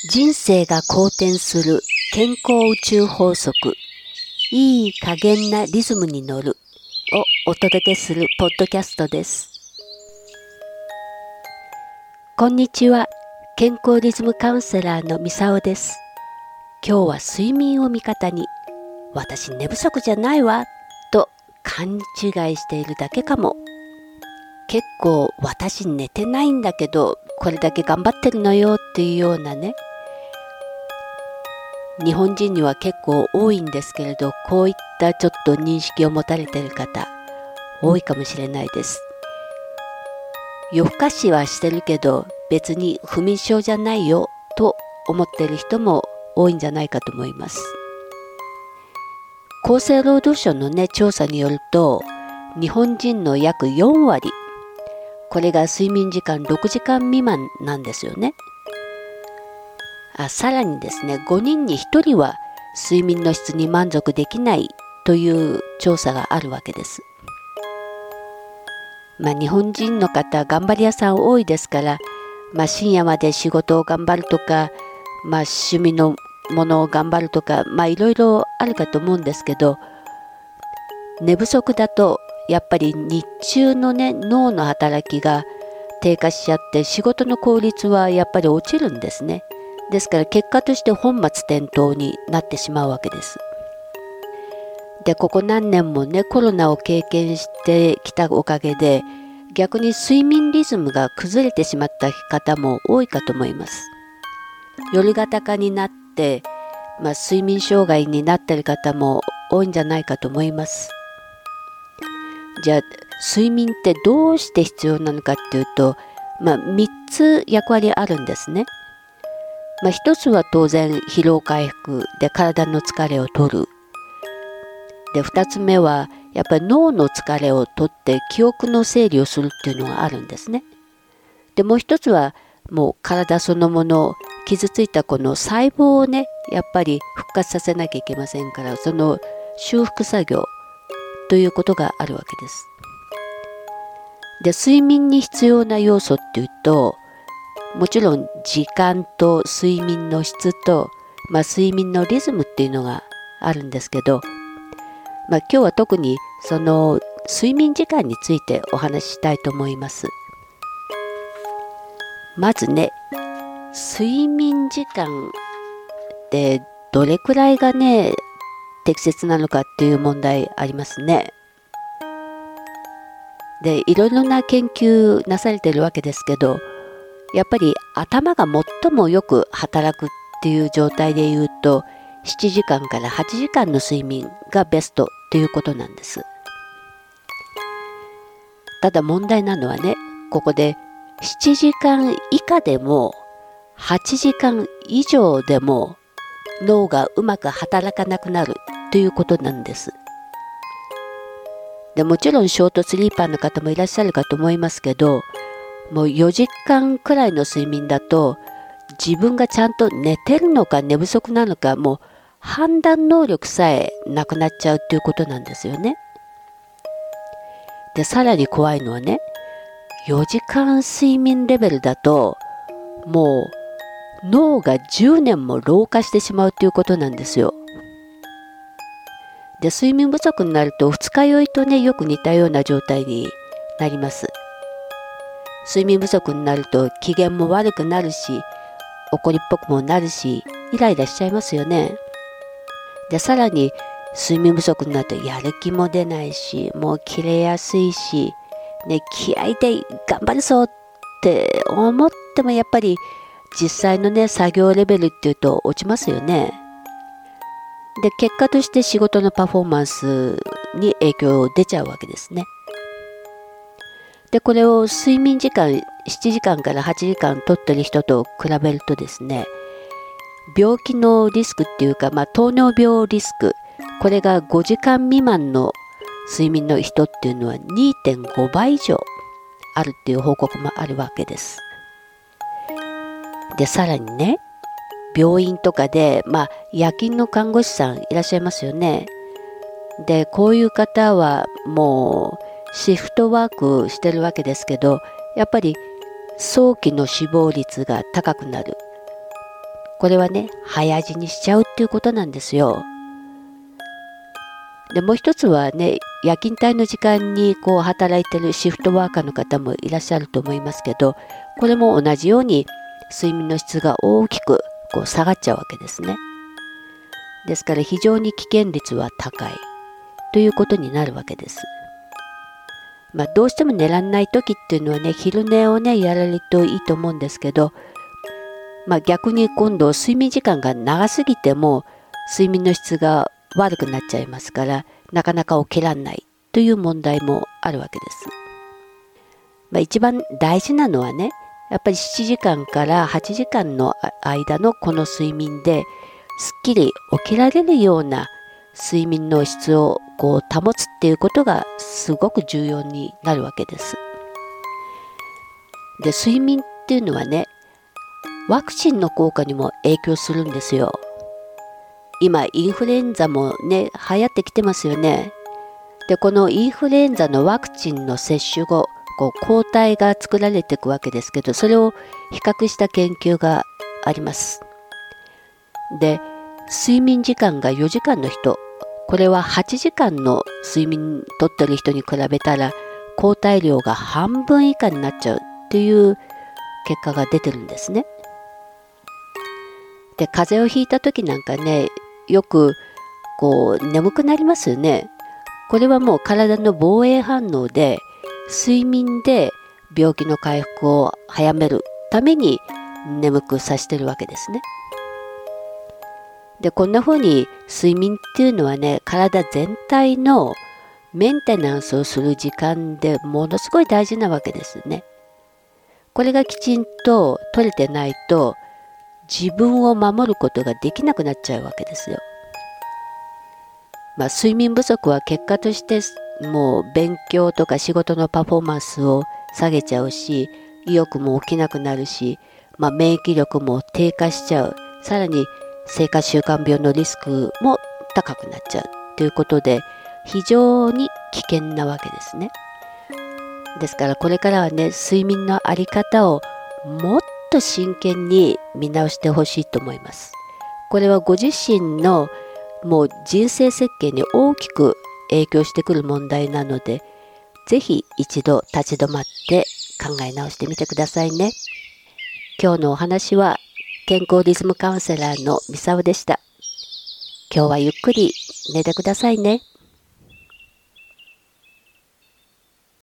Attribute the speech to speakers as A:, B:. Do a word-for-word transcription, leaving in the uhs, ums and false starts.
A: 人生が好転する健康宇宙法則、いい加減なリズムに乗るをお届けするポッドキャストです。こんにちは、健康リズムカウンセラーのみさおです。今日は睡眠を味方に、私寝不足じゃないわと勘違いしているだけかも。結構私寝てないんだけど、これだけ頑張ってるのよっていうようなね、日本人には結構多いんですけれど、こういったちょっと認識を持たれている方多いかもしれないです。夜更かしはしてるけど別に不眠症じゃないよと思っている人も多いんじゃないかと思います。厚生労働省のね調査によると、日本人の約よんわり、これが睡眠時間ろくじかん未満なんですよね。あさらにですね、ごにんにひとりは睡眠の質に満足できないという調査があるわけです。まあ日本人の方頑張り屋さん多いですから、まあ深夜まで仕事を頑張るとか、まあ趣味のものを頑張るとか、まあいろいろあるかと思うんですけど、寝不足だとやっぱり日中のね脳の働きが低下しちゃって、仕事の効率はやっぱり落ちるんですね。ですから結果として本末転倒になってしまうわけです。で、ここ何年もねコロナを経験してきたおかげで、逆に睡眠リズムが崩れてしまった方も多いかと思います。夜型化になって、まあ、睡眠障害になっている方も多いんじゃないかと思います。じゃあ睡眠ってどうして必要なのかっていうと、まあ、みっつ役割あるんですね。まあ、一つは当然疲労回復で体の疲れを取る。で、二つ目はやっぱり脳の疲れを取って記憶の整理をするっていうのがあるんですね。で、もう一つはもう体そのもの、傷ついたこの細胞をねやっぱり復活させなきゃいけませんから、その修復作業ということがあるわけです。で、睡眠に必要な要素っていうと、もちろん時間と睡眠の質と、まあ、睡眠のリズムっていうのがあるんですけど、まあ、今日は特にその睡眠時間についてお話ししたいと思います。まずね、睡眠時間ってどれくらいがね適切なのかっていう問題ありますね。で、いろいろな研究なされてるわけですけど、やっぱり頭が最もよく働くっていう状態でいうと、しちじかんからはちじかんの睡眠がベストということなんです。ただ問題なのはね、ここでしちじかん以下でもはちじかん以上でも脳がうまく働かなくなるということなんです。で、もちろんショートスリーパーの方もいらっしゃるかと思いますけど、もうよじかんくらいの睡眠だと自分がちゃんと寝てるのか寝不足なのか、もう判断能力さえなくなっちゃうということなんですよね。で、さらに怖いのはね、よじかん睡眠レベルだともう脳がじゅうねんも老化してしまうということなんですよ。で、睡眠不足になると二日酔いとねよく似たような状態になります。睡眠不足になると機嫌も悪くなるし、怒りっぽくもなるし、イライラしちゃいますよね。で、さらに睡眠不足になるとやる気も出ないし、もう切れやすいし、ね、気合で頑張るぞって思ってもやっぱり実際のね作業レベルっていうと落ちますよね。で、結果として仕事のパフォーマンスに影響出ちゃうわけですね。で、これを睡眠時間しちじかんからはちじかんとってる人と比べるとですね、病気のリスクっていうか、まあ、糖尿病リスク、これがごじかん未満の睡眠の人っていうのは にてんごばい以上あるっていう報告もあるわけです。で、さらにね、病院とかで、まあ、夜勤の看護師さんいらっしゃいますよね。で、こういう方はもうシフトワークしてるわけですけど、やっぱり早期の死亡率が高くなる。ここれはね、早死にしちゃうっていうことなんですよ。で、もう一つはね、夜勤帯の時間にこう働いてるシフトワーカーの方もいらっしゃると思いますけど、これも同じように睡眠の質が大きくこう下がっちゃうわけですね。ですから非常に危険率は高いということになるわけです。まあ、どうしても寝らんない時っていうのはね、昼寝をねやられるといいと思うんですけど、まあ、逆に今度睡眠時間が長すぎても睡眠の質が悪くなっちゃいますから、なかなか起きらんないという問題もあるわけです。まあ、一番大事なのはね、やっぱりしちじかんからはちじかんの間のこの睡眠ですっきり起きられるような睡眠の質をこう保つっていうことがすごく重要になるわけです。で、睡眠っていうのはね、ワクチンの効果にも影響するんですよ。今インフルエンザもね流行ってきてますよね。で、このインフルエンザのワクチンの接種後、こう抗体が作られていくわけですけど、それを比較した研究があります。で、睡眠時間がよじかんの人、これははちじかんの睡眠とってる人に比べたら抗体量が半分以下になっちゃうっていう結果が出てるんですね。で、風邪をひいた時なんかね、よくこう眠くなりますよね。これはもう体の防衛反応で、睡眠で病気の回復を早めるために眠くさせてるわけですね。で、こんな風に睡眠っていうのはね、体全体のメンテナンスをする時間でものすごい大事なわけですね。これがきちんと取れてないと、自分を守ることができなくなっちゃうわけですよ。まあ、睡眠不足は結果としてもう勉強とか仕事のパフォーマンスを下げちゃうし、意欲も起きなくなるし、まあ、免疫力も低下しちゃう。さらに生活習慣病のリスクも高くなっちゃうということで、非常に危険なわけですね。ですからこれからはね、睡眠のあり方をもっと真剣に見直してほしいと思います。これはご自身のもう人生設計に大きく影響してくる問題なので、ぜひ一度立ち止まって考え直してみてくださいね。今日のお話は健康リズムカウンセラーのミサオでした。今日はゆっくり寝てくださいね。